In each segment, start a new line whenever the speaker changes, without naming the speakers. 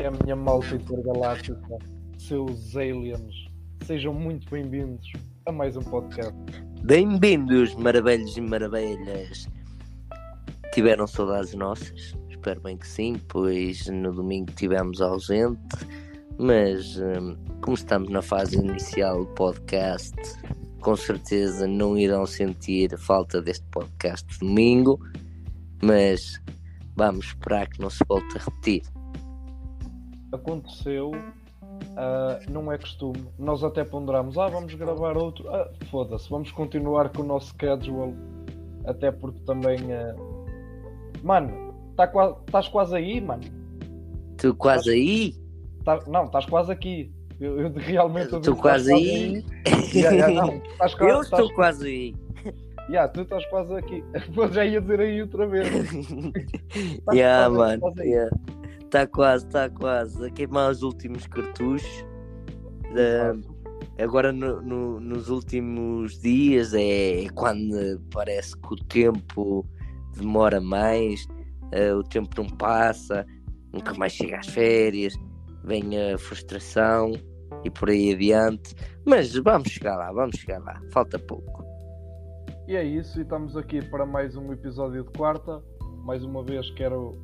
é a minha malta intergaláctica, seus aliens. Sejam muito bem-vindos a mais um podcast.
Bem-vindos, maravilhos e maravilhas. Tiveram saudades nossas? Espero bem que sim, pois no domingo estivemos ausente, mas como estamos na fase inicial do podcast, com certeza não irão sentir falta deste podcast de domingo, mas vamos esperar que não se volte a repetir.
Aconteceu, não é costume, nós até ponderamos, vamos gravar outro, foda-se, vamos continuar com o nosso schedule, até porque também, mano, estás quase aí, mano.
Tu quase aí?
Não, estás quase aqui. Eu realmente
estou quase aí.
Eu
estou quase aí.
Tu estás quase aqui. Já ia dizer aí outra vez.
Mano. Está quase. A queimar os últimos cartuchos. Agora nos últimos dias é quando parece que o tempo demora mais, o tempo não passa, nunca mais chega às férias, vem a frustração e por aí adiante. Mas vamos chegar lá, falta pouco.
E é isso, e estamos aqui para mais um episódio de quarta. Mais uma vez quero...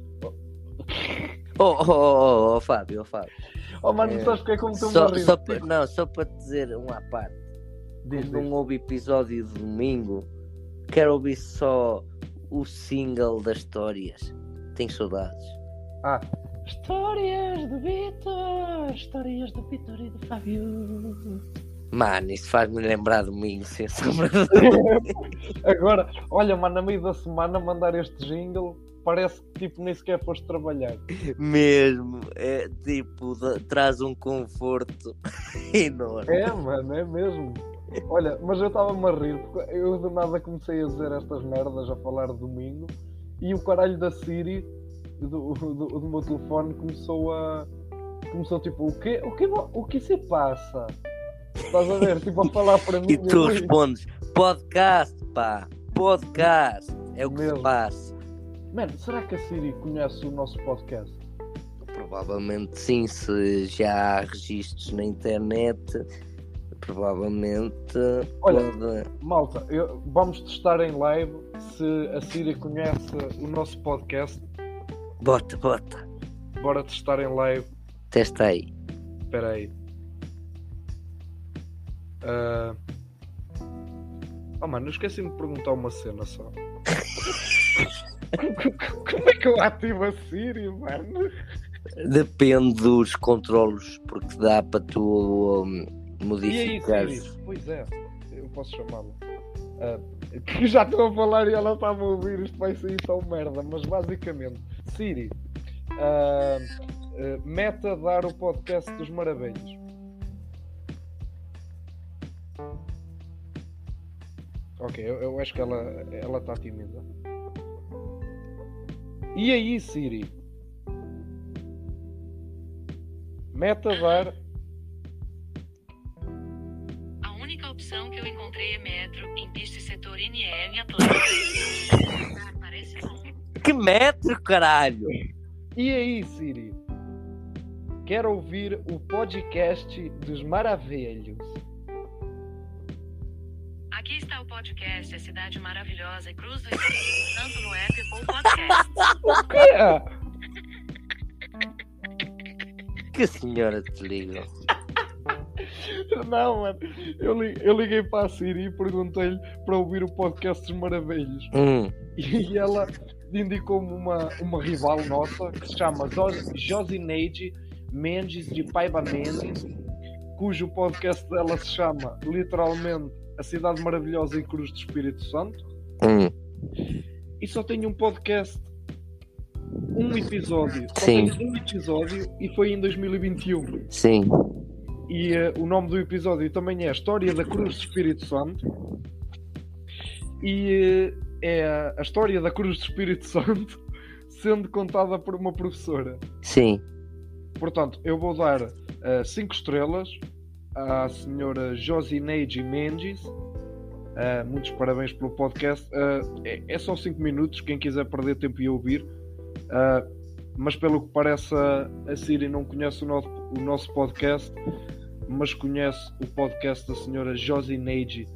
Fábio.
Mano, sabes porque é como tu me rir?
Só para te dizer uma parte. Como não houve episódio de domingo, quero ouvir só o single das histórias. Tenho saudades.
Histórias do Vitor e do Fábio.
Mano, isso faz-me lembrar domingo, sem sombra de
Agora, olha, mano, no meio da semana mandar este jingle, parece que tipo nem sequer foste trabalhar.
Mesmo, é tipo, traz um conforto enorme.
É, mano, é mesmo. Olha, mas eu estava-me a rir, porque eu do nada comecei a dizer estas merdas, a falar de domingo, e o caralho da Siri do meu telefone começou tipo, o que se passa? Estás a ver? Tipo, a falar para mim.
E tu respondes, podcast, pá, podcast, é o que se passa.
Mano, será que a Siri conhece o nosso podcast?
Provavelmente sim, se já há registros na internet, provavelmente.
Olha, malta, vamos testar em live se a Siri conhece o nosso podcast.
Bota.
Bora testar em live.
Testa aí.
Espera aí. Mano, eu esqueci-me de perguntar uma cena só. Como é que eu ativo a Siri, mano?
Depende dos controlos, porque dá para tu modificar.
E aí, Siri? Pois é, eu posso chamá-la. Que já estou a falar e ela estava a ouvir, isto vai sair tão merda, mas basicamente, Siri, mete a dar o podcast dos Maravilhos. Ok, eu acho que ela está tímida. E aí, Siri? Mete a dar...
A única opção que eu encontrei é metro, em pista setor NL, Atlanta. Parece bom.
Que metro, caralho?
E aí, Siri? Quero ouvir o podcast dos Maravilhos.
Aqui está o podcast A Cidade Maravilhosa e Cruz do Espírito Santo no Apple Podcast.
O quê?
Que a senhora desliga.
Não, mano. Eu liguei para a Siri e perguntei-lhe para ouvir o podcast dos Maravilhos. E ela indicou-me uma rival nossa que se chama Josineide Mendes de Paiva Mendes, cujo podcast dela se chama literalmente A Cidade Maravilhosa e Cruz do Espírito Santo. E só tem um podcast, um episódio. Só
Sim.
tem um episódio e foi em 2021.
Sim.
E o nome do episódio também é A História da Cruz do Espírito Santo. E é a história da Cruz do Espírito Santo sendo contada por uma professora.
Sim.
Portanto, eu vou dar 5 estrelas à senhora Josineide Mendes. Muitos parabéns pelo podcast. É só 5 minutos, quem quiser perder tempo e ouvir. mas pelo que parece a Siri não conhece o nosso podcast, mas conhece o podcast da senhora Josineide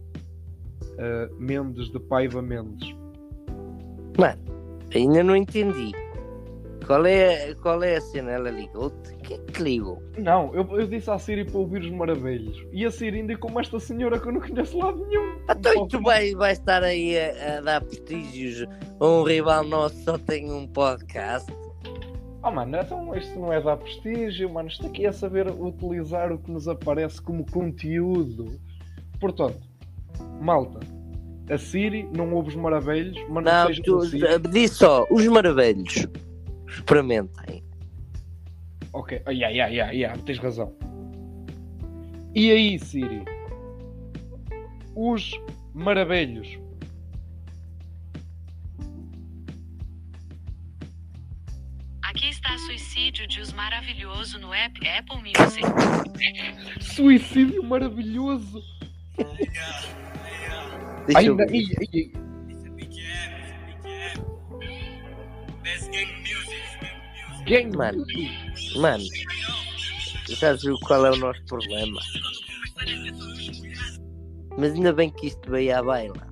Mendes de Paiva Mendes.
Mano, ainda não entendi. Qual é a cena? Ela ligou-te? Quem é que ligou?
Não, eu disse à Siri para ouvir os maravilhos. E a Siri indicou-me esta senhora que eu não conheço lado nenhum.
Então tu vais estar aí a dar prestígios a um rival nosso que só tem um podcast?
Mano, então isto não é dar prestígio, mano. Isto aqui é saber utilizar o que nos aparece como conteúdo. Portanto, malta, a Siri não ouve os maravilhos, mas não seja
tu diz só, os maravilhos. Experimentem.
Ok, tens razão. E aí, Siri? Os maravilhos.
Aqui está Suicídio de Os Maravilhoso no app Apple Music.
Suicídio maravilhoso.
Deixa eu ver. Mano, sabes qual é o nosso problema? Mas ainda bem que isto veio à baila.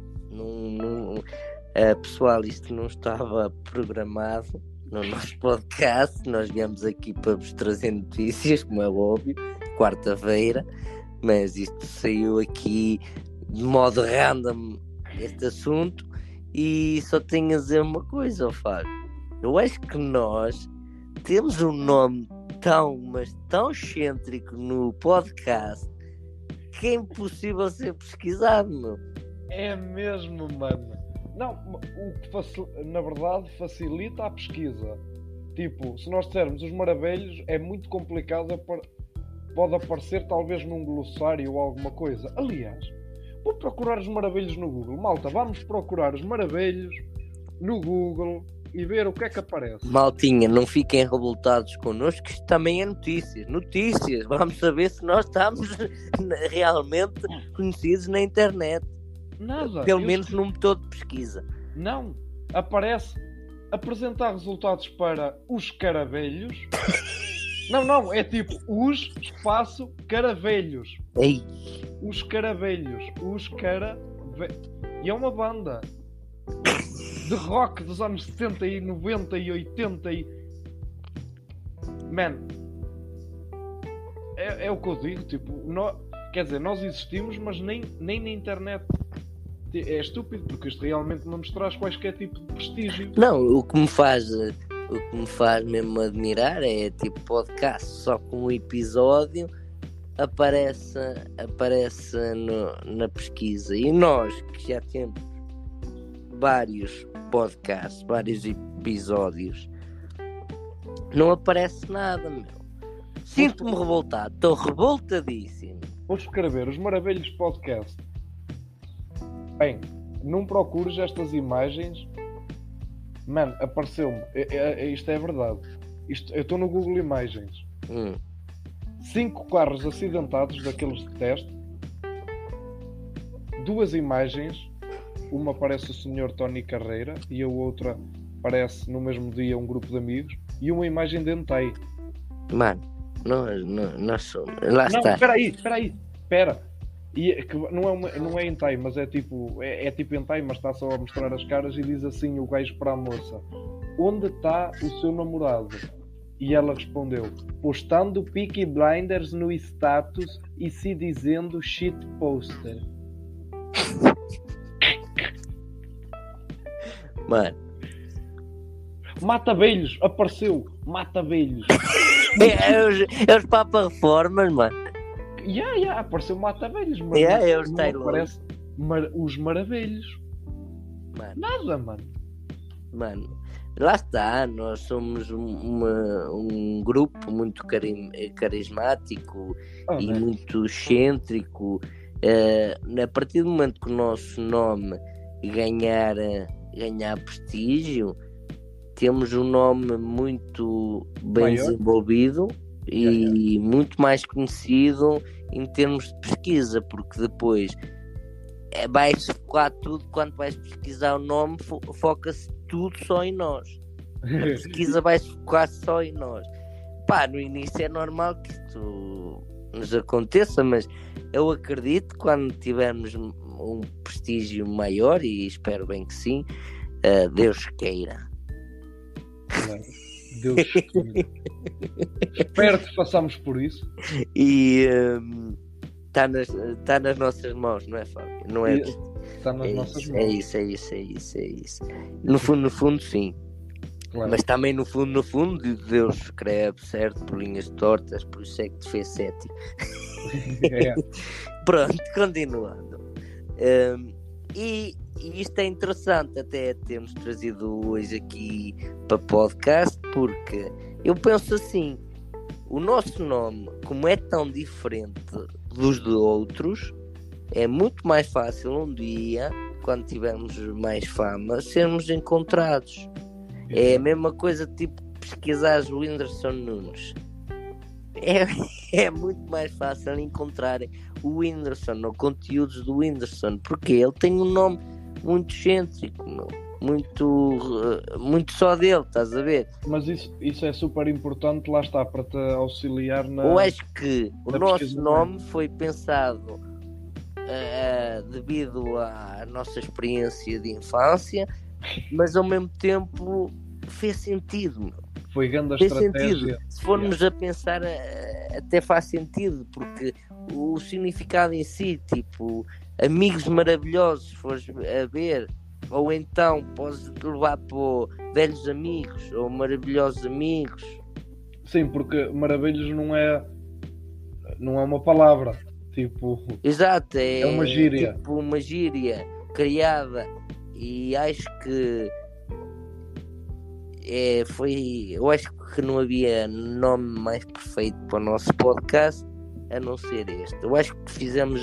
Pessoal, isto não estava programado no nosso podcast. Nós viemos aqui para vos trazer notícias, como é óbvio, quarta-feira, mas isto saiu aqui de modo random, este assunto, e só tenho a dizer uma coisa, ó Fábio. Eu acho que nós temos um nome mas tão excêntrico no podcast que é impossível ser pesquisado, meu.
É mesmo, mano. Não, o que na verdade facilita a pesquisa. Tipo, se nós dissermos os maravilhos, é muito complicado, pode aparecer talvez num glossário ou alguma coisa. Aliás, vou procurar os maravilhos no Google. Malta, vamos procurar os maravilhos no Google e ver o que é que aparece.
Maltinha, não fiquem revoltados connosco, que isto também é notícias. Vamos saber se nós estamos realmente conhecidos na internet.
Nada.
Pelo menos num motor de pesquisa.
Não. Aparece apresentar resultados para os caravelhos. Não, é tipo os espaço caravelhos.
Ei.
Os caravelhos. E é uma banda de rock dos anos 70 e 90 e 80 e... Man, é o que eu digo, tipo, quer dizer, nós existimos, mas nem na internet. É estúpido, porque isto realmente não nos traz quaisquer tipo de prestígio.
Não, o que me faz mesmo admirar é tipo podcast só com um episódio aparece na pesquisa, e nós que já temos vários podcasts, vários episódios, não aparece nada, meu. Sinto-me revoltado, estou revoltadíssimo.
Vou escrever os Maravilhos Podcast. Bem, não procures estas imagens. Mano, apareceu-me. Isto é verdade. Eu estou no Google Imagens. 5 carros acidentados daqueles de teste. 2 imagens. Uma parece o Sr. Tony Carreira e a outra parece no mesmo dia um grupo de amigos. E uma imagem de hentai.
Mano, nós somos... Lá está.
Espera. E que não é hentai, mas é tipo hentai, mas está só a mostrar as caras e diz assim o gajo para a moça: onde está o seu namorado? E ela respondeu: postando Peaky Blinders no status e se dizendo shit poster.
Mano,
Mata Velhos, apareceu Mata Velhos.
É os Papa Reformas, mano.
Apareceu Mata Velhos, mano.
É os Taylor.
Parece os Maravilhos.
Mano.
Nada, mano.
Mano, lá está, nós somos um grupo muito carismático e muito excêntrico. A partir do momento que o nosso nome ganhar prestígio, temos um nome muito bem desenvolvido e muito mais conhecido em termos de pesquisa, porque depois vais focar tudo, quando vais pesquisar o nome, foca-se tudo só em nós. A pesquisa vai se focar só em nós. Pá, no início é normal que isto nos aconteça, mas eu acredito que quando tivermos um prestígio maior, e espero bem que sim, Deus queira.
Deus queira. Espero que façamos por isso.
E está nas nossas mãos, não é, Fábio? Não é?
Está nas nossas mãos.
É isso. No fundo, sim. Claro. Mas também no fundo, Deus escreve certo por linhas tortas, por isso é que te fez cético. É. Pronto, continuando. E isto é interessante até termos trazido hoje aqui para podcast, porque eu penso assim, o nosso nome, como é tão diferente dos de outros, é muito mais fácil um dia, quando tivermos mais fama, sermos encontrados. É a mesma coisa, tipo, pesquisar o Whindersson Nunes. É muito mais fácil encontrarem o Whindersson ou conteúdos do Whindersson, porque ele tem um nome muito excêntrico, muito só dele, estás a ver?
Mas isso é super importante, lá está, para te auxiliar na...
Eu acho que o nosso nome foi pensado devido à nossa experiência de infância, mas ao mesmo tempo fez sentido, meu.
Foi grande a
fez
estratégia.
Sentido. Se formos a pensar, até faz sentido, porque o significado em si, tipo, amigos maravilhosos, se fores a ver, ou então podes levar para velhos amigos ou maravilhosos amigos.
Sim, porque maravilhos não é uma palavra, tipo.
Exato,
é uma gíria.
Tipo uma gíria criada, e acho que eu acho que não havia nome mais perfeito para o nosso podcast a não ser este. Eu acho que fizemos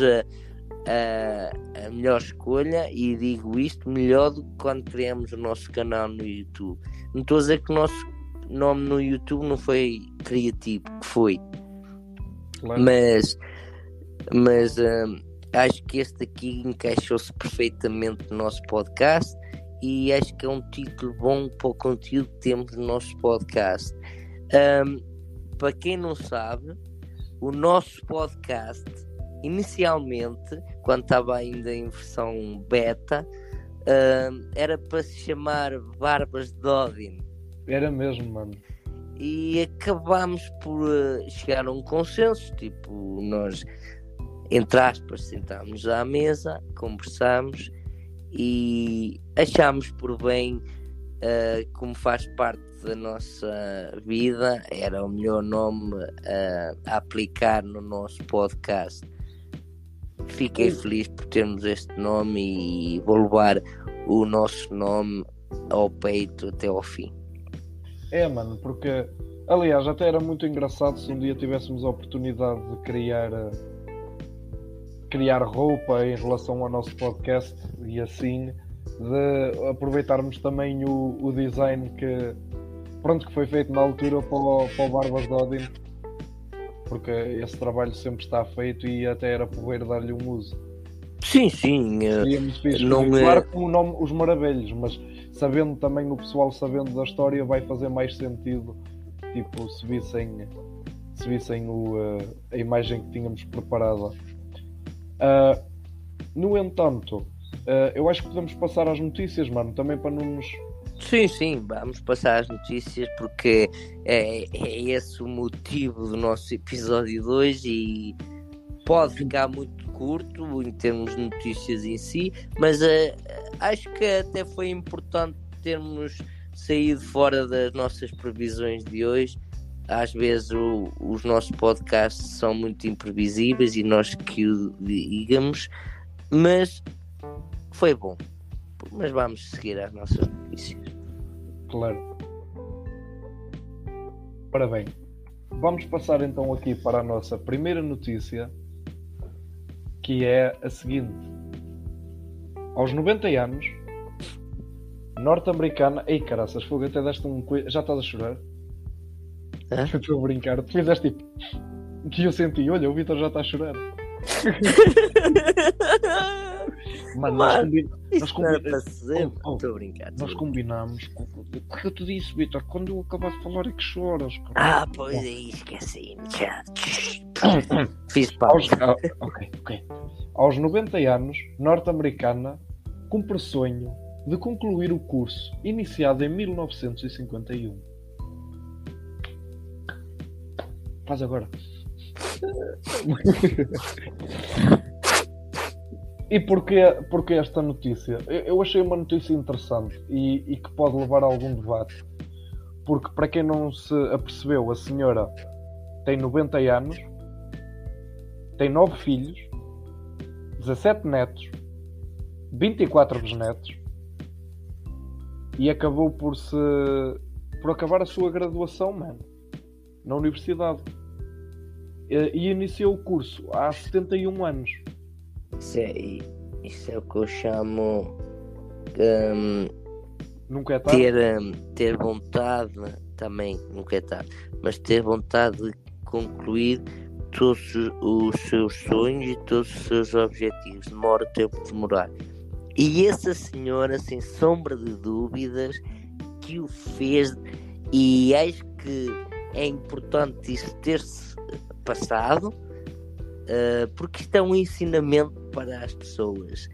a melhor escolha, e digo isto melhor do que quando criamos o nosso canal no YouTube. Não estou a dizer que o nosso nome no YouTube não foi criativo, que foi, claro. mas acho que este aqui encaixou-se perfeitamente no nosso podcast, e acho que é um título bom para o conteúdo que temos no nosso podcast. Para quem não sabe, o nosso podcast inicialmente, quando estava ainda em versão beta, era para se chamar Barbas de Odin.
Era mesmo, mano.
E acabámos por chegar a um consenso, tipo, nós, entre aspas, sentámos à mesa, conversámos e achámos por bem, como faz parte da nossa vida, era o melhor nome a aplicar no nosso podcast. Fiquei feliz por termos este nome e vou levar o nosso nome ao peito até ao fim.
É, mano, porque aliás até era muito engraçado se um dia tivéssemos a oportunidade de criar roupa em relação ao nosso podcast, e assim de aproveitarmos também o design que foi feito na altura para o Barbas de Odin, porque esse trabalho sempre está feito e até era porreiro dar-lhe um uso.
Sim.
Claro com o nome Os Maravilhos, mas sabendo também, o pessoal sabendo da história, vai fazer mais sentido, tipo, se vissem a imagem que tínhamos preparada. No entanto, eu acho que podemos passar às notícias, mano, também para não nos...
Sim, vamos passar às notícias, porque é esse o motivo do nosso episódio de hoje, e pode ficar muito curto em termos de notícias em si, mas acho que até foi importante termos saído fora das nossas previsões de hoje. Às vezes os nossos podcasts são muito imprevisíveis e nós que o digamos, mas foi bom. Mas vamos seguir às nossas notícias.
Claro. Ora bem, vamos passar então aqui para a nossa primeira notícia, que é a seguinte. Aos 90 anos, norte-americana... Ei, caraças, fogo, até deste um... Já estás a chorar? Estou a brincar. Tu fizeste tipo... Que eu senti, olha, o Vitor já está a chorar. Mano,
Estou a brincar.
Nós combinamos. O que eu te disse, Vitor? Quando eu acabar de falar é que choras. Cara.
Pois é, esqueci. Fiz pausa.
Ok. Aos 90 anos, norte-americana cumpre o sonho de concluir o curso iniciado em 1951. Faz agora. E porquê esta notícia? Eu achei uma notícia interessante e que pode levar a algum debate. Porque, para quem não se apercebeu, a senhora tem 90 anos, tem 9 filhos, 17 netos, 24 bisnetos e acabou por acabar a sua graduação, mano, na universidade. E iniciou o curso há 71 anos.
Isso é o que eu chamo
nunca é tarde.
Ter vontade também, nunca é tarde, mas ter vontade de concluir todos os seus sonhos e todos os seus objetivos. Demora o tempo de demorar. E essa senhora, sem sombra de dúvidas, que o fez, e acho que é importante isso ter-se passado, porque isto é um ensinamento para as pessoas,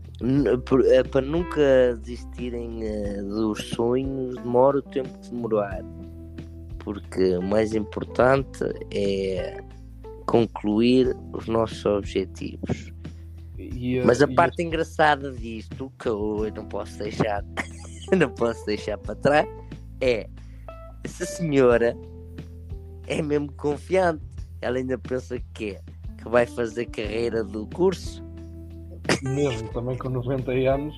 para nunca desistirem dos sonhos. Demora o tempo de demorar, porque o mais importante é concluir os nossos objetivos. Mas a parte engraçada disto, que eu não posso deixar para trás, é essa senhora é mesmo confiante. Ela ainda pensa que vai fazer carreira do curso.
Mesmo, também com 90 anos.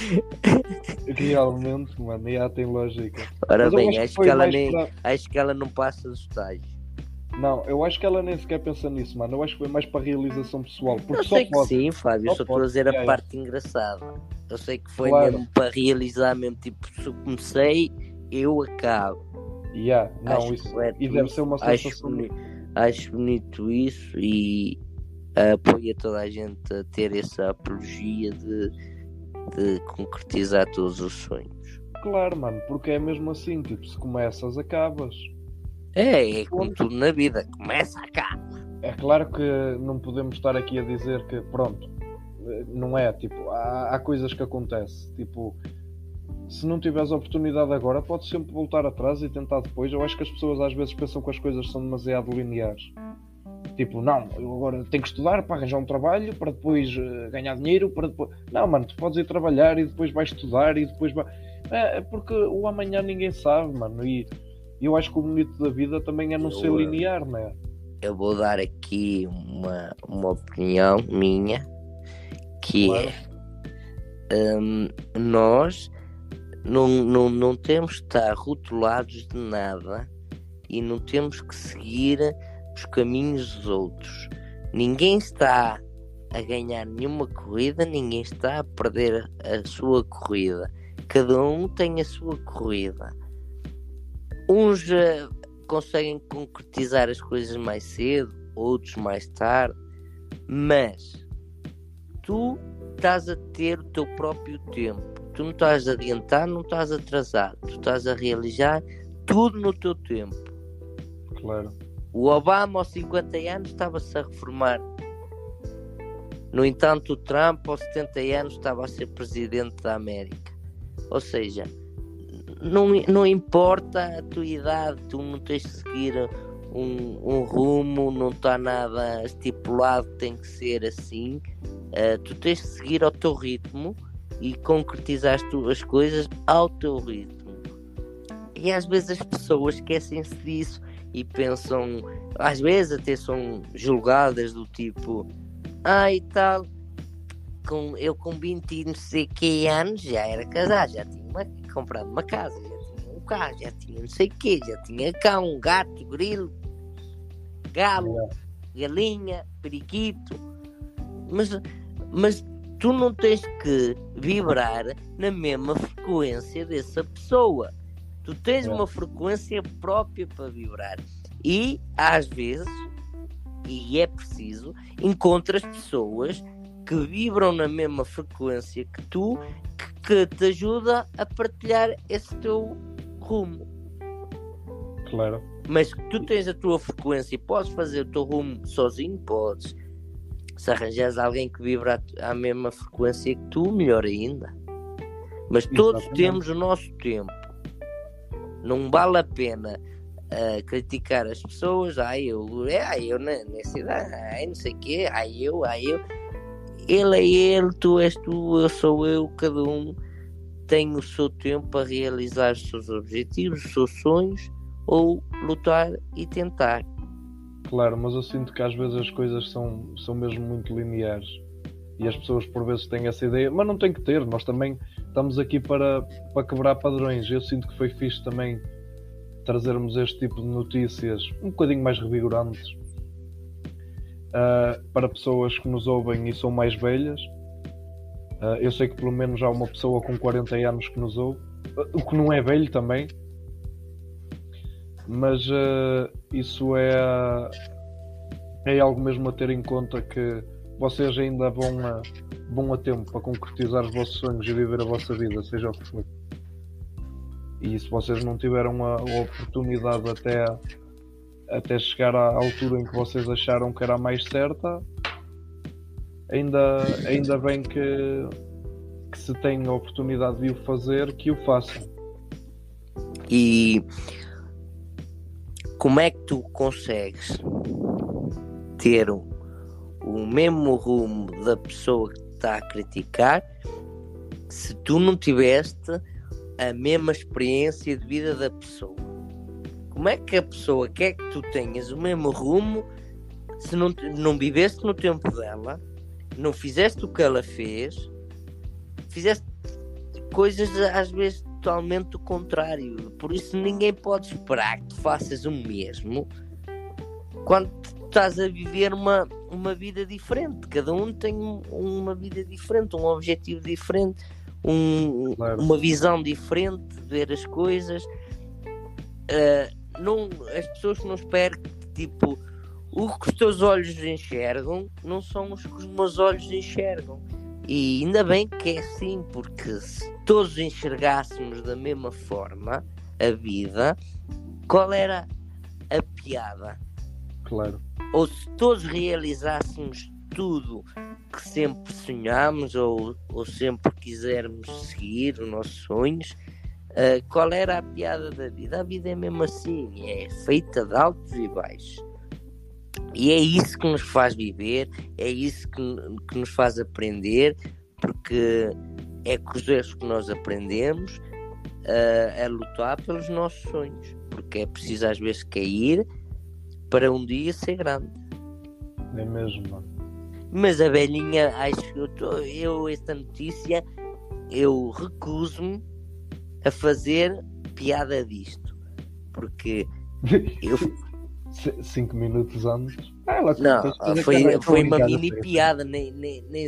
Realmente, mano, já tem lógica.
Ora bem, acho que ela não passa do estágio.
Não, eu acho que ela nem sequer pensa nisso, mano. Eu acho que foi mais para a realização pessoal. Porque
eu sei que sim, Fábio, eu só estou a dizer a parte engraçada. Eu sei que foi mesmo para realizar mesmo, tipo, se eu comecei, eu acabo.
Não, isso e deve ser uma sensação.
Acho bonito isso e apoio a toda a gente a ter essa apologia de concretizar todos os sonhos.
Claro, mano, porque é mesmo assim, tipo, se começas, acabas.
É como tudo na vida, começa, acaba.
É claro que não podemos estar aqui a dizer que, pronto, não é, tipo, há coisas que acontecem, tipo, se não tiveres a oportunidade agora, podes sempre voltar atrás e tentar depois. Eu acho que as pessoas às vezes pensam que as coisas são demasiado lineares. Tipo, não, eu agora tenho que estudar para arranjar um trabalho, para depois ganhar dinheiro, para depois... Não, mano, tu podes ir trabalhar e depois vais estudar e depois vai... porque o amanhã ninguém sabe, mano, e eu acho que o bonito da vida também é não ser linear, não é?
Eu vou dar aqui uma opinião minha, que claro. Nós não temos de estar rotulados de nada e não temos que seguir os caminhos dos outros. Ninguém está a ganhar nenhuma corrida, ninguém está a perder a sua corrida. Cada um tem a sua corrida. Uns conseguem concretizar as coisas mais cedo, outros mais tarde, mas tu estás a ter o teu próprio tempo. Tu não estás a adiantar, não estás atrasado. Tu estás a realizar tudo no teu tempo.
Claro.
O Obama aos 50 anos estava-se a reformar. No entanto, o Trump aos 70 anos estava a ser presidente da América. Ou seja, não importa a tua idade, tu não tens de seguir um rumo, não está nada estipulado, tem que ser assim. Tu tens de seguir ao teu ritmo e concretizar as tuas coisas ao teu ritmo. E às vezes as pessoas esquecem-se disso e pensam, às vezes até são julgadas do tipo, e tal, eu com 20 e não sei que anos já era casado, já tinha comprado uma casa, já tinha um carro, já tinha não sei o que, já tinha cão, gato, grilo, galo, galinha, periquito, mas tu não tens que vibrar na mesma frequência dessa pessoa. Tu tens uma frequência própria para vibrar. E às vezes, e é preciso, encontras pessoas que vibram na mesma frequência que tu, que te ajuda a partilhar esse teu rumo.
Claro.
Mas tu tens a tua frequência e podes fazer o teu rumo sozinho, podes. Se arranjares alguém que vibra à mesma frequência que tu, melhor ainda. Mas todos temos o nosso tempo. Não vale a pena criticar as pessoas. Eu nessa idade, não sei o quê, eu. Ele é ele, tu és tu, eu sou eu, cada um tem o seu tempo para realizar os seus objetivos, os seus sonhos, ou lutar e tentar.
Claro, mas eu sinto que às vezes as coisas são mesmo muito lineares e as pessoas por vezes têm essa ideia, mas não tem que ter, nós também estamos aqui para quebrar padrões. Eu sinto que foi fixe também trazermos este tipo de notícias um bocadinho mais revigorantes para pessoas que nos ouvem e são mais velhas. Eu sei que pelo menos há uma pessoa com 40 anos que nos ouve, o que não é velho também, mas isso é algo mesmo a ter em conta, que vocês ainda vão a tempo para concretizar os vossos sonhos e viver a vossa vida, seja o que for. E se vocês não tiveram a oportunidade até chegar à altura em que vocês acharam que era a mais certa, ainda bem que se tem a oportunidade de o fazer, que o façam.
E como é que tu consegues ter o mesmo rumo da pessoa que te está a criticar se tu não tiveste a mesma experiência de vida da pessoa? Como é que a pessoa quer que tu tenhas o mesmo rumo se não viveste no tempo dela, não fizeste o que ela fez, fizeste coisas às vezes totalmente o contrário? Por isso ninguém pode esperar que tu faças o mesmo quando estás a viver uma vida diferente. Cada um tem uma vida diferente, um objetivo diferente,
Claro.
uma visão diferente de ver as coisas. As pessoas não esperam que tipo, o que os teus olhos enxergam não são os que os meus olhos enxergam. E ainda bem que é assim, porque se todos enxergássemos da mesma forma a vida, qual era a piada?
Claro.
Ou se todos realizássemos tudo que sempre sonhámos ou sempre quisermos seguir os nossos sonhos, qual era a piada da vida? A vida é mesmo assim, é feita de altos e baixos. E é isso que nos faz viver, é isso que nos faz aprender, porque é com os erros que nós aprendemos a lutar pelos nossos sonhos, porque é preciso às vezes cair para um dia ser grande.
É mesmo, mano.
Mas a velhinha, acho que esta notícia, eu recuso-me a fazer piada disto, porque eu...
5 minutos antes.
Foi uma mini piada, nem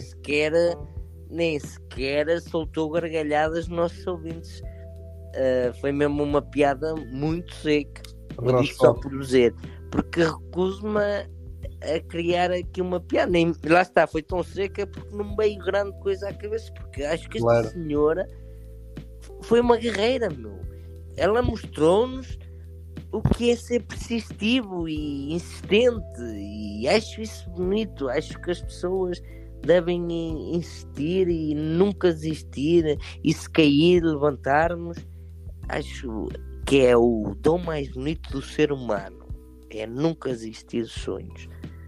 sequer soltou gargalhadas nos nossos ouvintes. Foi mesmo uma piada muito seca. Vou dizer só por dizer, porque recuso-me a criar aqui uma piada. Lá está, foi tão seca porque não me veio grande coisa à cabeça, porque acho que esta senhora foi uma guerreira, meu. Ela mostrou-nos o que é ser persistivo e insistente, e acho isso bonito. Acho que as pessoas devem insistir e nunca desistir, e se cair, levantarmos. Acho que é o dom mais bonito do ser humano, é nunca desistir dos sonhos.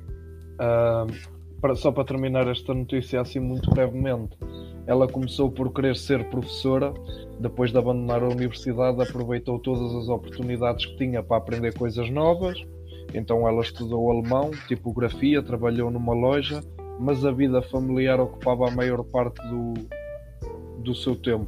Só para terminar esta notícia assim muito brevemente, ela começou por querer ser professora. Depois de abandonar a universidade, aproveitou todas as oportunidades que tinha para aprender coisas novas. Então ela estudou alemão, tipografia, trabalhou numa loja, mas a vida familiar ocupava a maior parte do seu tempo.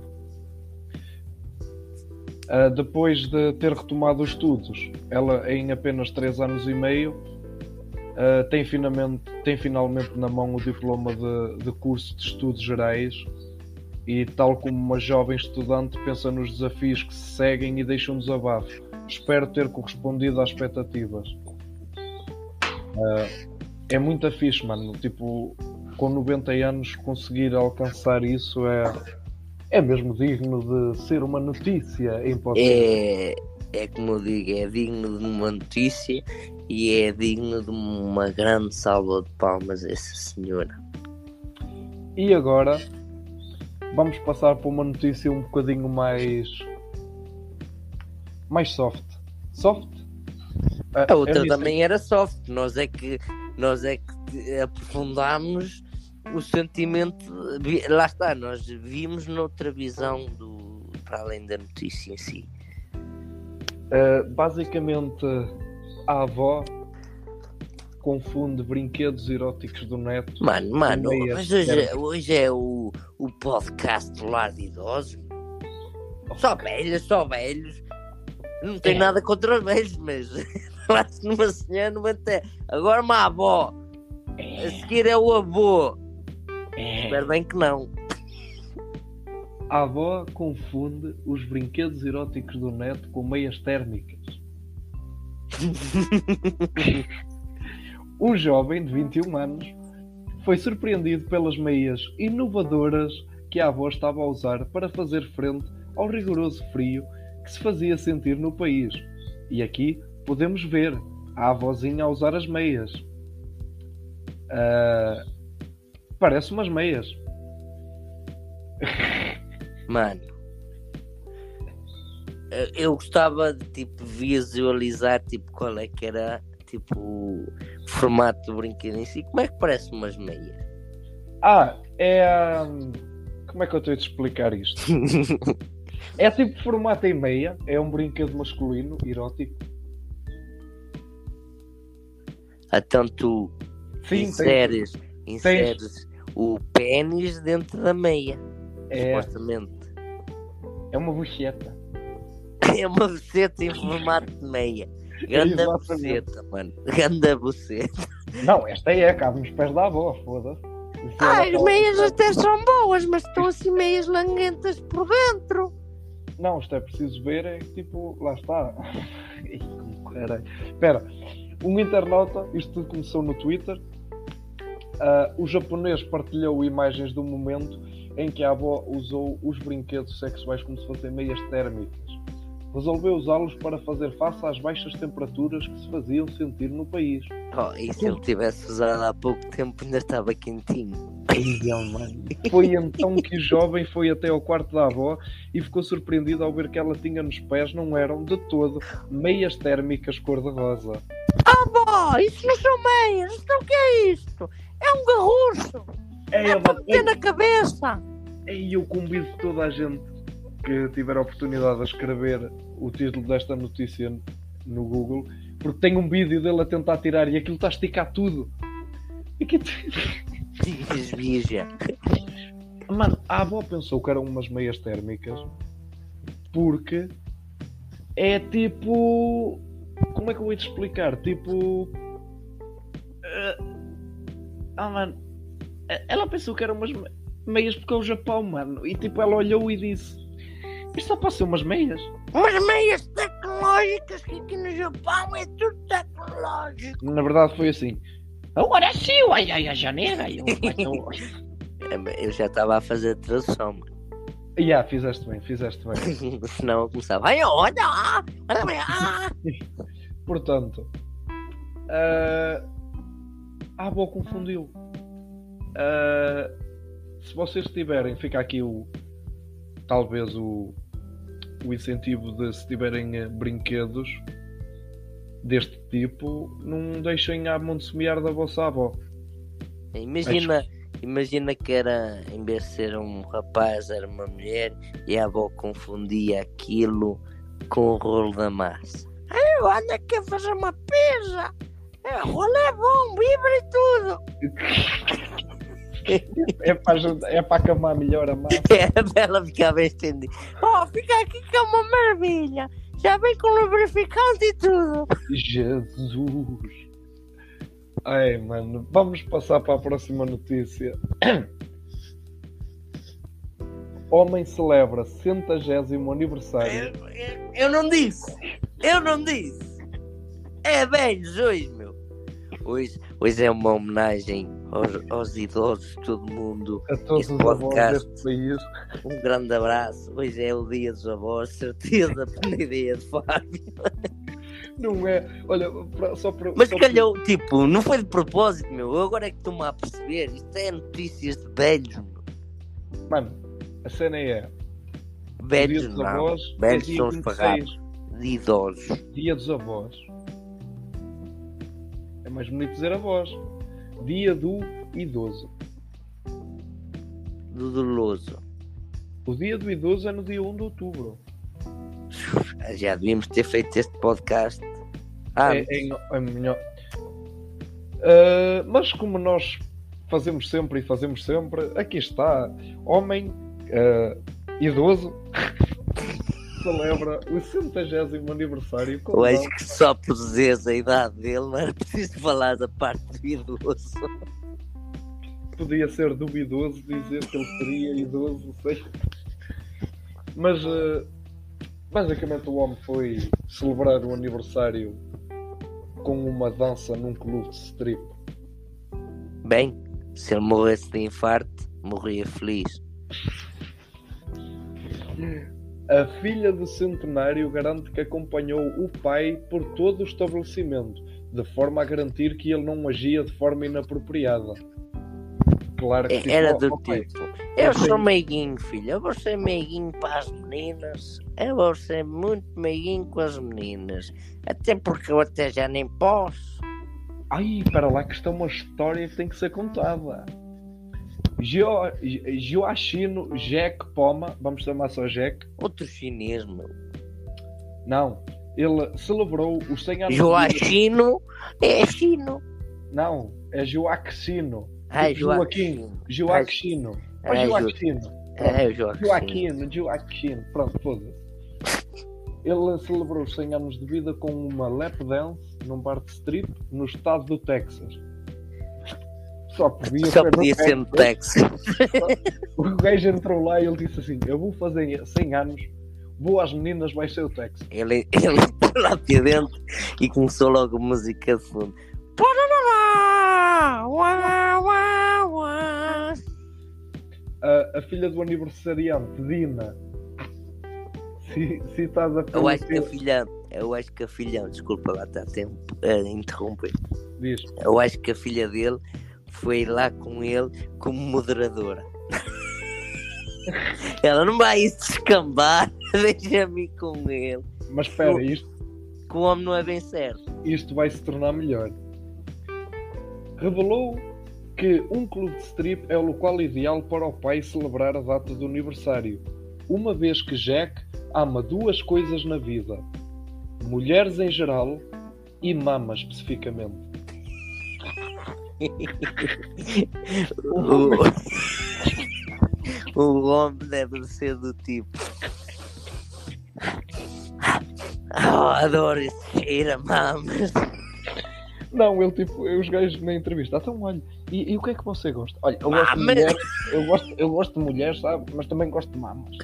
Depois de ter retomado os estudos, ela em apenas 3 anos e meio tem finalmente na mão o diploma de curso de estudos gerais, e tal como uma jovem estudante pensa nos desafios que se seguem e deixa um desabafo. Espero ter correspondido às expectativas. É muito fixe, mano. Tipo, com 90 anos conseguir alcançar isso é mesmo digno de ser uma notícia em podcast.
É como eu digo, é digno de uma notícia e é digno de uma grande salva de palmas essa senhora.
E agora vamos passar para uma notícia um bocadinho mais soft. Soft?
A outra também era soft. Nós é que aprofundámos o sentimento. Lá está, nós vimos noutra visão para além da notícia em si.
Basicamente, a avó confunde brinquedos eróticos do neto.
Mano, mas hoje é o podcast do lar de idosos. Só velhos. Não tem nada contra os velhos, mas lá-se numa senhora, numa terra. Agora uma avó. A seguir é o avô. Espero bem que não.
A avó confunde os brinquedos eróticos do neto com meias térmicas. Um jovem de 21 anos foi surpreendido pelas meias inovadoras que a avó estava a usar para fazer frente ao rigoroso frio que se fazia sentir no país. E aqui podemos ver a avózinha a usar as meias. Parece umas meias.
Mano, eu gostava de visualizar qual é que era o formato do brinquedo em si. Como é que parece umas meias?
Como é que eu tenho de explicar isto? É formato em meia. É um brinquedo masculino, erótico.
Então tu inseres o pênis dentro da meia. Supostamente.
É uma bucheta.
É uma buceta em formato de meia. Grande buceta, mano. Grande buceta.
Não, esta cabe nos pés da avó, foda-se.
As meias até são boas, mas estão assim meias languentas por dentro.
Não, isto é preciso ver, lá está. Caralho. Espera, um internauta, isto tudo começou no Twitter. O japonês partilhou imagens do momento em que a avó usou os brinquedos sexuais como se fossem meias térmicas. Resolveu usá-los para fazer face às baixas temperaturas que se faziam sentir no país.
E se ele tivesse usado há pouco tempo ainda estava quentinho.
Foi então que o jovem foi até ao quarto da avó e ficou surpreendido ao ver que ela tinha nos pés, não eram de todo, meias térmicas cor-de-rosa.
Avó, isso não são meias, então o que é isto? É um garrucho! É para meter na cabeça!
E eu convido toda a gente que tiver a oportunidade de escrever o título desta notícia no Google, porque tem um vídeo dele a tentar tirar e aquilo está a esticar tudo.
Desvija.
Mano, a avó pensou que eram umas meias térmicas porque é como é que eu vou te explicar? Mano, ela pensou que eram umas meias porque é o Japão, mano. E ela olhou e disse: isto só pode ser umas meias.
Umas meias tecnológicas, que aqui no Japão é tudo tecnológico.
Na verdade foi assim: agora sim, ai, a janeira.
Eu já estava a fazer a tradução, mano.
Fizeste bem.
Senão eu começava: olha bem.
Portanto, a avó confundiu. Se vocês tiverem, fica aqui talvez o incentivo de, se tiverem brinquedos deste tipo, não deixem a mão de semear da vossa avó.
Imagina que era, em vez de ser um rapaz, era uma mulher e a avó confundia aquilo com o rolo da massa. Olha, quer fazer uma pizza? O rolo é bom, vibra e tudo.
É para acamar melhor a massa.
Ela ficava bem estendida. Fica aqui que é uma maravilha. Já vem com lubrificante e tudo.
Jesus. Ai, mano, vamos passar para a próxima notícia. Homem celebra 100º aniversário.
Eu não disse. É velhos hoje, meu. Hoje é uma homenagem aos idosos, todo mundo.
A todos os avós deste país.
Um grande abraço. Hoje é o dia dos avós, certeza, pela ideia de Fábio.
Não é, olha, só para.
Mas calhou, tipo, não foi de propósito, meu. Eu agora é que estou-me a perceber. Isto é notícias de velhos, meu.
Mano, a cena é.
Velhos
dia dos
não.
avós,
Velhos
é
são os
26.
pagados. De idosos.
Dia dos avós. É mais bonito dizer avós. Dia do idoso.
Do doloso.
O dia do idoso é no dia 1 de outubro.
Já devíamos ter feito este podcast.
É melhor. Mas como nós fazemos sempre, aqui está. Homem idoso celebra o 100º aniversário.
Eu acho que só por dizeres a idade dele não era preciso falar da parte do idoso.
Podia ser duvidoso dizer que ele seria idoso, sei. Mas basicamente o homem foi celebrar o aniversário com uma dança num clube de strip.
Bem, se ele morresse de infarto, morria feliz.
A filha do centenário garante que acompanhou o pai por todo o estabelecimento, de forma a garantir que ele não agia de forma inapropriada. Claro que
era do tipo, eu sou meiguinho, filho, eu vou ser meiguinho para as meninas, eu vou ser muito meiguinho com as meninas, até porque eu até já nem posso.
Ai, para lá que está uma história que tem que ser contada. Joachino Jack Poma, vamos chamar só Jack.
Outro chinês, meu.
Não, ele celebrou os 100 anos
Joachino é chino.
Não, é Joaquino.
Joaquino.
Joaquino. Joaquino. Pronto, foda-se. Ele celebrou os 100 anos de vida com uma lap dance num bar de strip no estado do Texas. Só podia ser no Texas. O gajo entrou lá e ele disse assim: eu vou fazer 100 anos, vou às meninas, vai ser o Texas.
Ele entrou lá para dentro e começou logo a música de fundo.
A filha do aniversariante, Dina, citada pelo...
Eu acho que a filha, desculpa lá, está a tempo a interromper.
Diz.
Eu acho que a filha dele foi lá com ele como moderadora. Ela não vai descambar, deixa-me com ele.
Mas espera, isto...
Que o homem não é bem certo.
Isto vai se tornar melhor. Revelou que um clube de strip é o local ideal para o pai celebrar a data do aniversário, uma vez que Jack ama duas coisas na vida: mulheres em geral e mama especificamente.
O homem deve ser do tipo: adoro esse cheiro a mamas.
Não, ele tipo, os gajos na entrevista, então olha, e o que é que você gosta? Olha, eu gosto de mulheres, eu gosto de mulheres, sabe? Mas também gosto de mamas.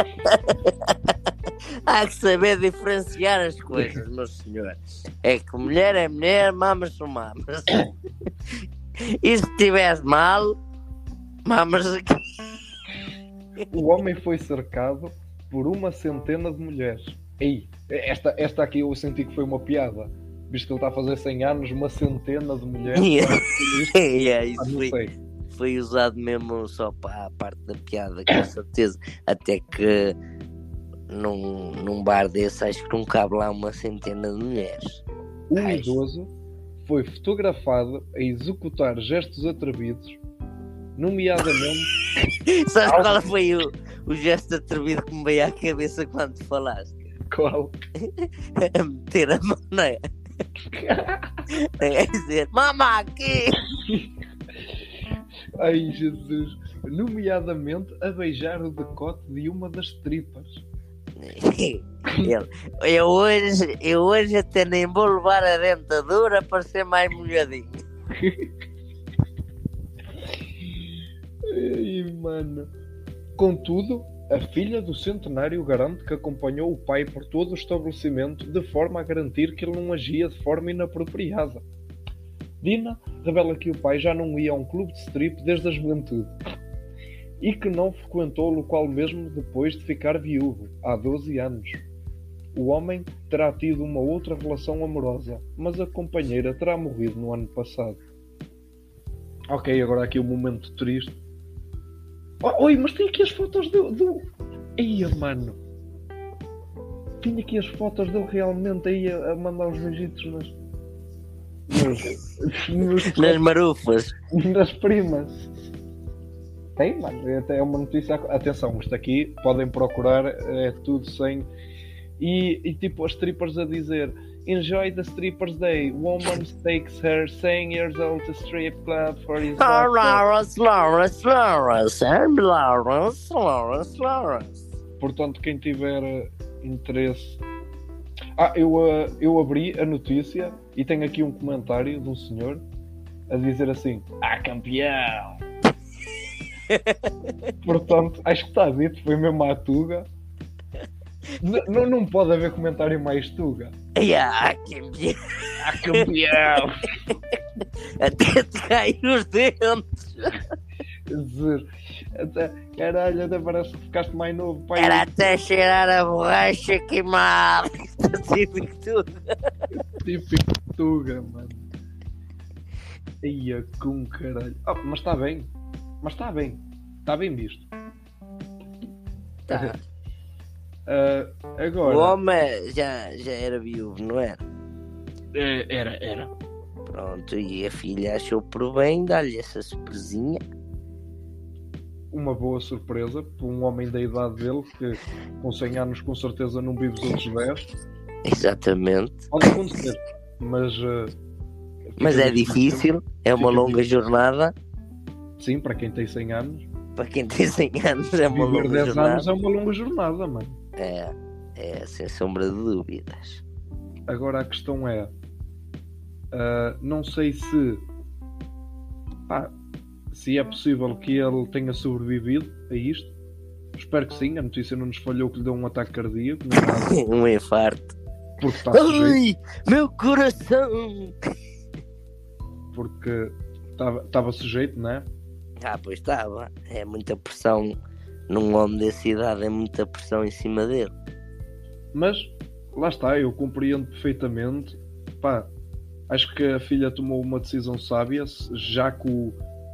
Há que saber diferenciar as coisas, meu senhor. É que mulher é mulher, mamas são mamas. E se estiveres mal, mamas aqui.
O homem foi cercado por uma centena de mulheres. Ei, esta aqui eu senti que foi uma piada. Visto que ele está a fazer 100 anos, uma centena de mulheres.
Isso foi usado mesmo só para a parte da piada, com certeza. Até que num bar desse, acho que não cabe lá uma centena de mulheres.
O idoso foi fotografado a executar gestos atrevidos, nomeadamente...
Sabes qual foi o gesto atrevido que me veio à cabeça quando te falaste?
Qual?
A meter a mão, não é? É dizer, mama aqui!
Ai Jesus! Nomeadamente a beijar o decote de uma das tripas.
Eu hoje até nem vou levar a dentadura para ser mais molhadinho.
Ai, mano. Contudo, a filha do centenário garante que acompanhou o pai por todo o estabelecimento de forma a garantir que ele não agia de forma inapropriada. Dina revela que o pai já não ia a um clube de strip desde a juventude e que não frequentou o local mesmo depois de ficar viúvo, há 12 anos. O homem terá tido uma outra relação amorosa, mas a companheira terá morrido no ano passado. Ok, agora aqui um momento triste. Oi, mas tem aqui as fotos do... Eia, mano. Tem aqui as fotos dele realmente aí a mandar os beijinhos
nas marufas.
Nas primas. Tem, mano. É uma notícia. Atenção, isto aqui podem procurar, é tudo sem. E tipo, as strippers a dizer: Enjoy the strippers day. Woman takes her 100 years old to strip club for his Portanto, quem tiver interesse. Eu abri a notícia e tenho aqui um comentário de um senhor a dizer assim: campeão! Portanto, acho que está dito, foi mesmo à Tuga. Não pode haver comentário mais Tuga.
Campeão!
Campeão!
Até te caem os dentes.
Caralho, até parece que ficaste mais novo, pai.
Era até cheirar a borracha queimada. Típico Tuga.
Típico Tuga, mano. Ia com caralho. Mas está bem. Está bem visto.
Tá.
Agora...
O homem já era viúvo, não era?
Era.
Pronto, e a filha achou por bem dar-lhe essa surpresinha.
Uma boa surpresa para um homem da idade dele, que com 100 anos com certeza não vive os outros 10.
Exatamente.
Pode acontecer, mas
é difícil, é uma longa jornada.
Sim, para quem tem 100 anos.
Para quem tem 100 anos é uma longa jornada.
Viver 10 anos é uma longa jornada, mano.
É, sem sombra de dúvidas.
Agora a questão é... não sei se é possível que ele tenha sobrevivido a isto. Espero que sim. A notícia não nos falhou que lhe deu um ataque cardíaco.
Um infarto.
Porque está sujeito.
Ai, meu coração!
Porque estava sujeito, não é?
Pois estava. É muita pressão. Num homem dessa idade é muita pressão em cima dele. Mas,
lá está, eu compreendo perfeitamente. Acho que a filha tomou uma decisão sábia, já que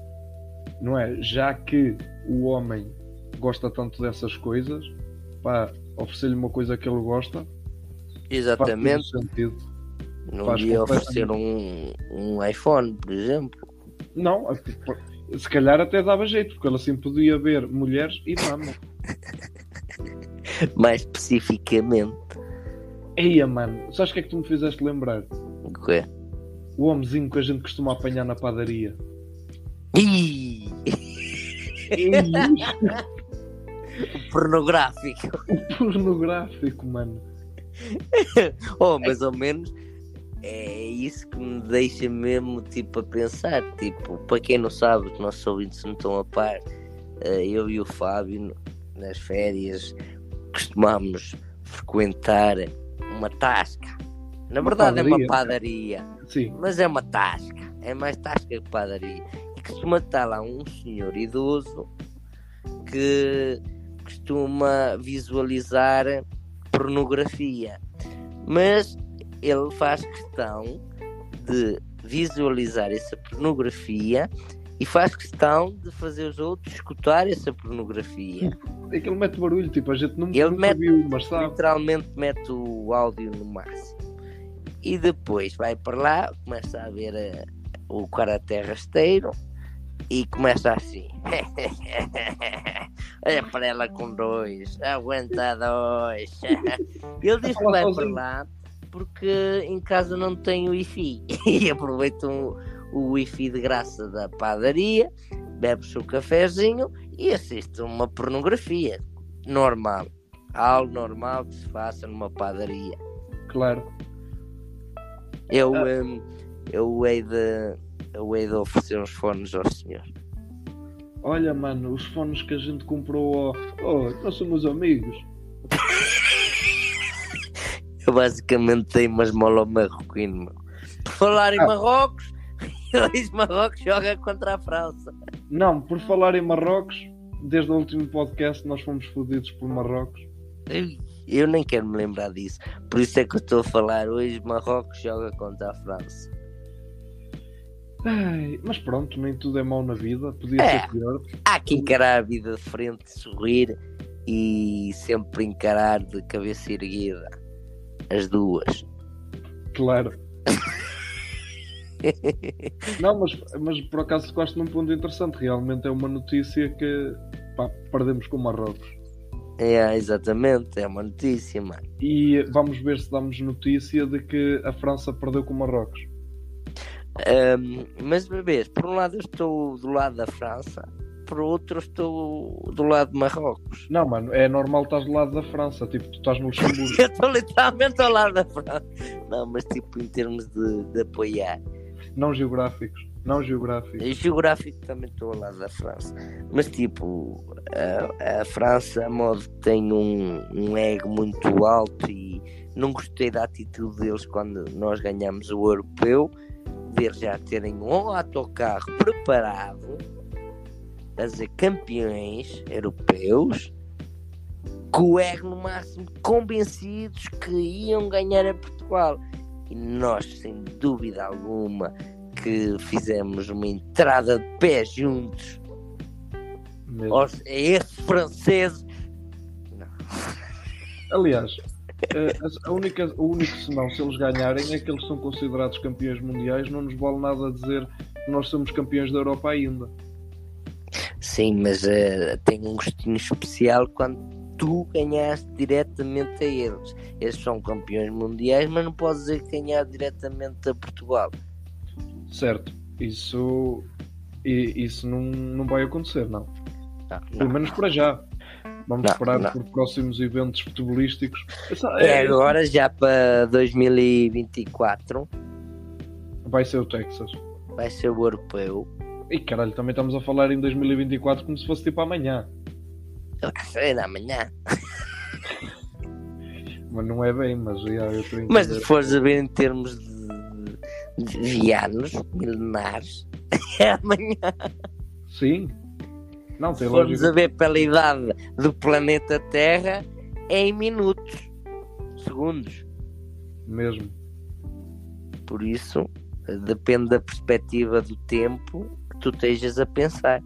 o homem gosta tanto dessas coisas, oferecer-lhe uma coisa que ele gosta.
Exatamente.
Faz sentido.
Não devia oferecer um iPhone, por exemplo.
Não, se calhar até dava jeito, porque ele assim podia ver mulheres e mama.
Mais especificamente.
Eia, mano, sabes o que é que tu me fizeste lembrar?
O quê?
O homenzinho que a gente costuma apanhar na padaria.
O pornográfico.
O pornográfico, mano.
Mais ou menos é isso que me deixa mesmo a pensar. Para quem não sabe, que nossos ouvintes não estão a par, eu e o Fábio nas férias costumámos frequentar uma tasca. Na verdade é uma padaria.
Sim.
Mas é uma tasca. É mais tasca que padaria. E costuma estar lá um senhor idoso que costuma visualizar pornografia. Mas ele faz questão de visualizar essa pornografia e faz questão de fazer os outros escutar essa pornografia.
É que ele mete barulho, a gente nunca viu, mas sabe.
Literalmente mete o áudio no máximo. E depois vai para lá, começa a ver o karaté rasteiro e começa assim. Olha para ela com 2, aguenta 2. Ele diz que vai para lá porque em casa não tem Wi-Fi e aproveita o Wi-Fi de graça da padaria, bebe o seu cafezinho e assiste uma pornografia normal, algo normal que se faça numa padaria.
Claro.
Eu hei de oferecer uns fones ao senhor.
Olha, mano, os fones que a gente comprou nós somos amigos.
Eu basicamente dei umas mola ao marroquino, meu. Por falar em Marrocos, hoje Marrocos joga contra a França.
Não, por falar em Marrocos, desde o último podcast nós fomos fodidos por Marrocos.
Eu nem quero me lembrar disso. Por isso é que eu estou a falar. Hoje Marrocos joga contra a França.
Ai, mas pronto, nem tudo é mau na vida. Podia ser pior.
Há que encarar a vida de frente, sorrir e sempre encarar de cabeça erguida. As duas.
Claro. Não, mas por acaso tocaste num ponto interessante. Realmente é uma notícia que perdemos com Marrocos.
Exatamente, é uma notícia, mano.
E vamos ver se damos notícia de que a França perdeu com Marrocos.
Mas bebês, por um lado eu estou do lado da França, por outro estou do lado de Marrocos.
Não, mano, é normal estar do lado da França. Tipo, tu estás no Luxemburgo.
Eu estou literalmente ao lado da França. Não, mas tipo em termos de apoiar.
Não geográficos.
Geográfico também estou ao lado da França. Mas tipo, a França a modo tem um ego muito alto e não gostei da atitude deles quando nós ganhamos o europeu, de já terem um autocarro preparado a ser campeões europeus, com o ego no máximo, convencidos que iam ganhar a Portugal. E nós, sem dúvida alguma, que fizemos uma entrada de pé juntos a esse francês. Não.
Aliás, o único senão, se eles ganharem, é que eles são considerados campeões mundiais. Não nos vale nada dizer que nós somos campeões da Europa ainda.
Sim, mas tem um gostinho especial quando tu ganhaste diretamente a eles. Eles são campeões mundiais, mas não podes dizer que ganharam diretamente a Portugal.
Certo, isso não vai acontecer, não. Pelo menos para já. Vamos esperar por próximos eventos futebolísticos.
Agora já para 2024
vai ser o Texas.
Vai ser o europeu.
E caralho, também estamos a falar em 2024 como se fosse tipo amanhã.
É amanhã.
Mas não é bem, mas eu estou.
Mas se fores a ver em termos de anos milenares, é amanhã.
Sim. Não, tem
se formos a ver pela idade do planeta Terra, é em minutos, segundos.
Mesmo.
Por isso, depende da perspectiva do tempo que tu estejas a pensar.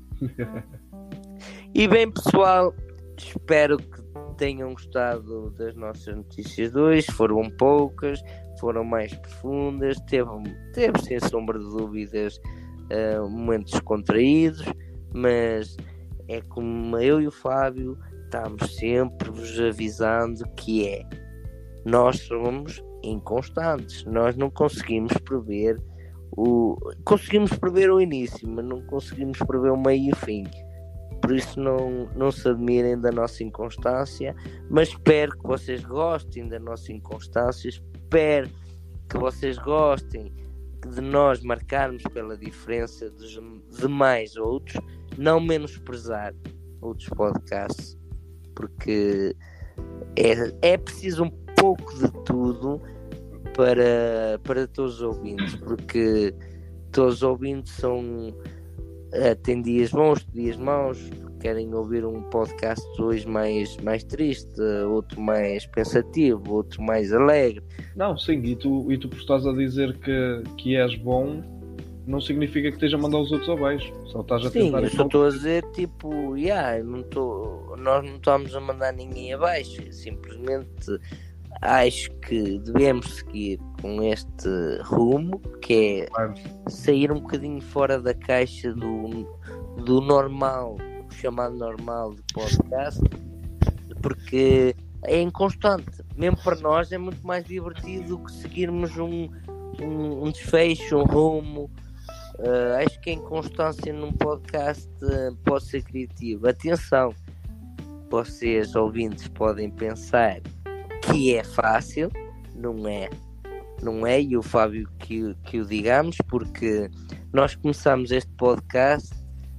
E bem, pessoal, espero que tenham gostado das nossas notícias de hoje. Foram poucas, foram mais profundas, teve sem sombra de dúvidas momentos descontraídos, mas é como eu e o Fábio estamos sempre vos avisando que nós somos inconstantes, nós não conseguimos prever conseguimos prever o início, mas não conseguimos prever o meio e o fim. Por isso não se admirem da nossa inconstância, mas espero que vocês gostem da nossa inconstância, espero que vocês gostem de nós marcarmos pela diferença dos demais outros, não menosprezar outros podcasts, porque é preciso um pouco de tudo para todos os ouvintes, porque todos os ouvintes têm dias bons, dias maus, querem ouvir um podcast hoje mais triste, outro mais pensativo, outro mais alegre.
Não, sim, e tu por estás a dizer que és bom, não significa que esteja a mandar os outros abaixo. Só estás a tentar.
Sim, eu só estou a dizer, tipo, nós não estamos a mandar ninguém abaixo, simplesmente acho que devemos seguir com este rumo, que é sair um bocadinho fora da caixa do normal, chamado normal de podcast, porque é inconstante. Mesmo para nós é muito mais divertido do que seguirmos um desfecho, um rumo. Acho que a inconstância num podcast pode ser criativa. Atenção, vocês ouvintes podem pensar que é fácil, não é, e o Fábio que o digamos, porque nós começamos este podcast,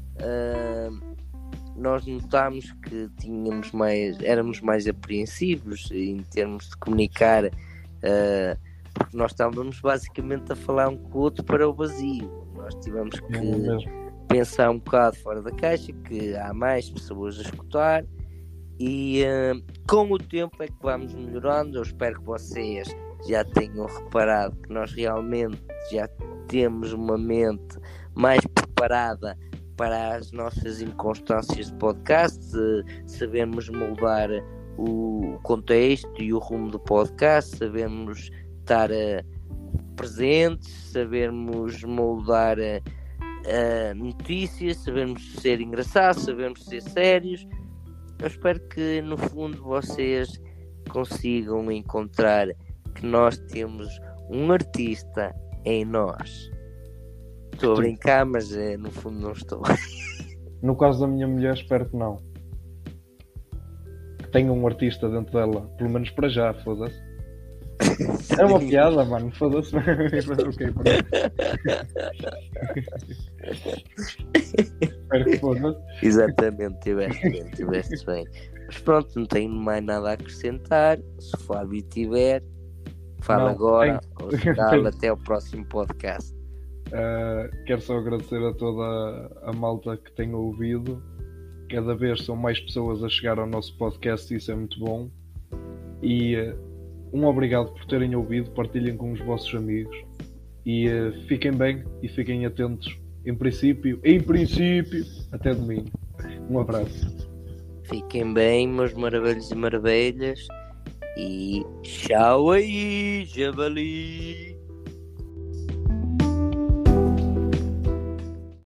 nós notámos que éramos mais apreensivos em termos de comunicar, porque nós estávamos basicamente a falar um com o outro para o vazio. Nós tivemos que pensar um bocado fora da caixa, que há mais pessoas a escutar, e com o tempo é que vamos melhorando. Eu espero que vocês já tenham reparado que nós realmente já temos uma mente mais preparada para as nossas inconstâncias de podcast, sabemos moldar o contexto e o rumo do podcast, sabemos estar presentes, sabemos moldar notícias, sabemos ser engraçados, sabemos ser sérios. Eu espero que no fundo vocês consigam encontrar que nós temos um artista em nós. Estou a brincar, mas no fundo não estou.
No caso da minha mulher, espero que não. Que tenha um artista dentro dela, pelo menos para já, foda-se. Era uma piada, mano, foda-se. Ok, espero que foda-se.
Exatamente, tiveste bem. Mas pronto, não tenho mais nada a acrescentar. Se o Fábio tiver, fala não, agora, ou se cala, até o próximo podcast.
Quero só agradecer a toda a malta que tem ouvido. Cada vez são mais pessoas a chegar ao nosso podcast e isso é muito bom. E um obrigado por terem ouvido, partilhem com os vossos amigos e fiquem bem e fiquem atentos. Em princípio, até domingo. Um abraço.
Fiquem bem, meus maravilhos e maravilhas, e tchau aí, javali.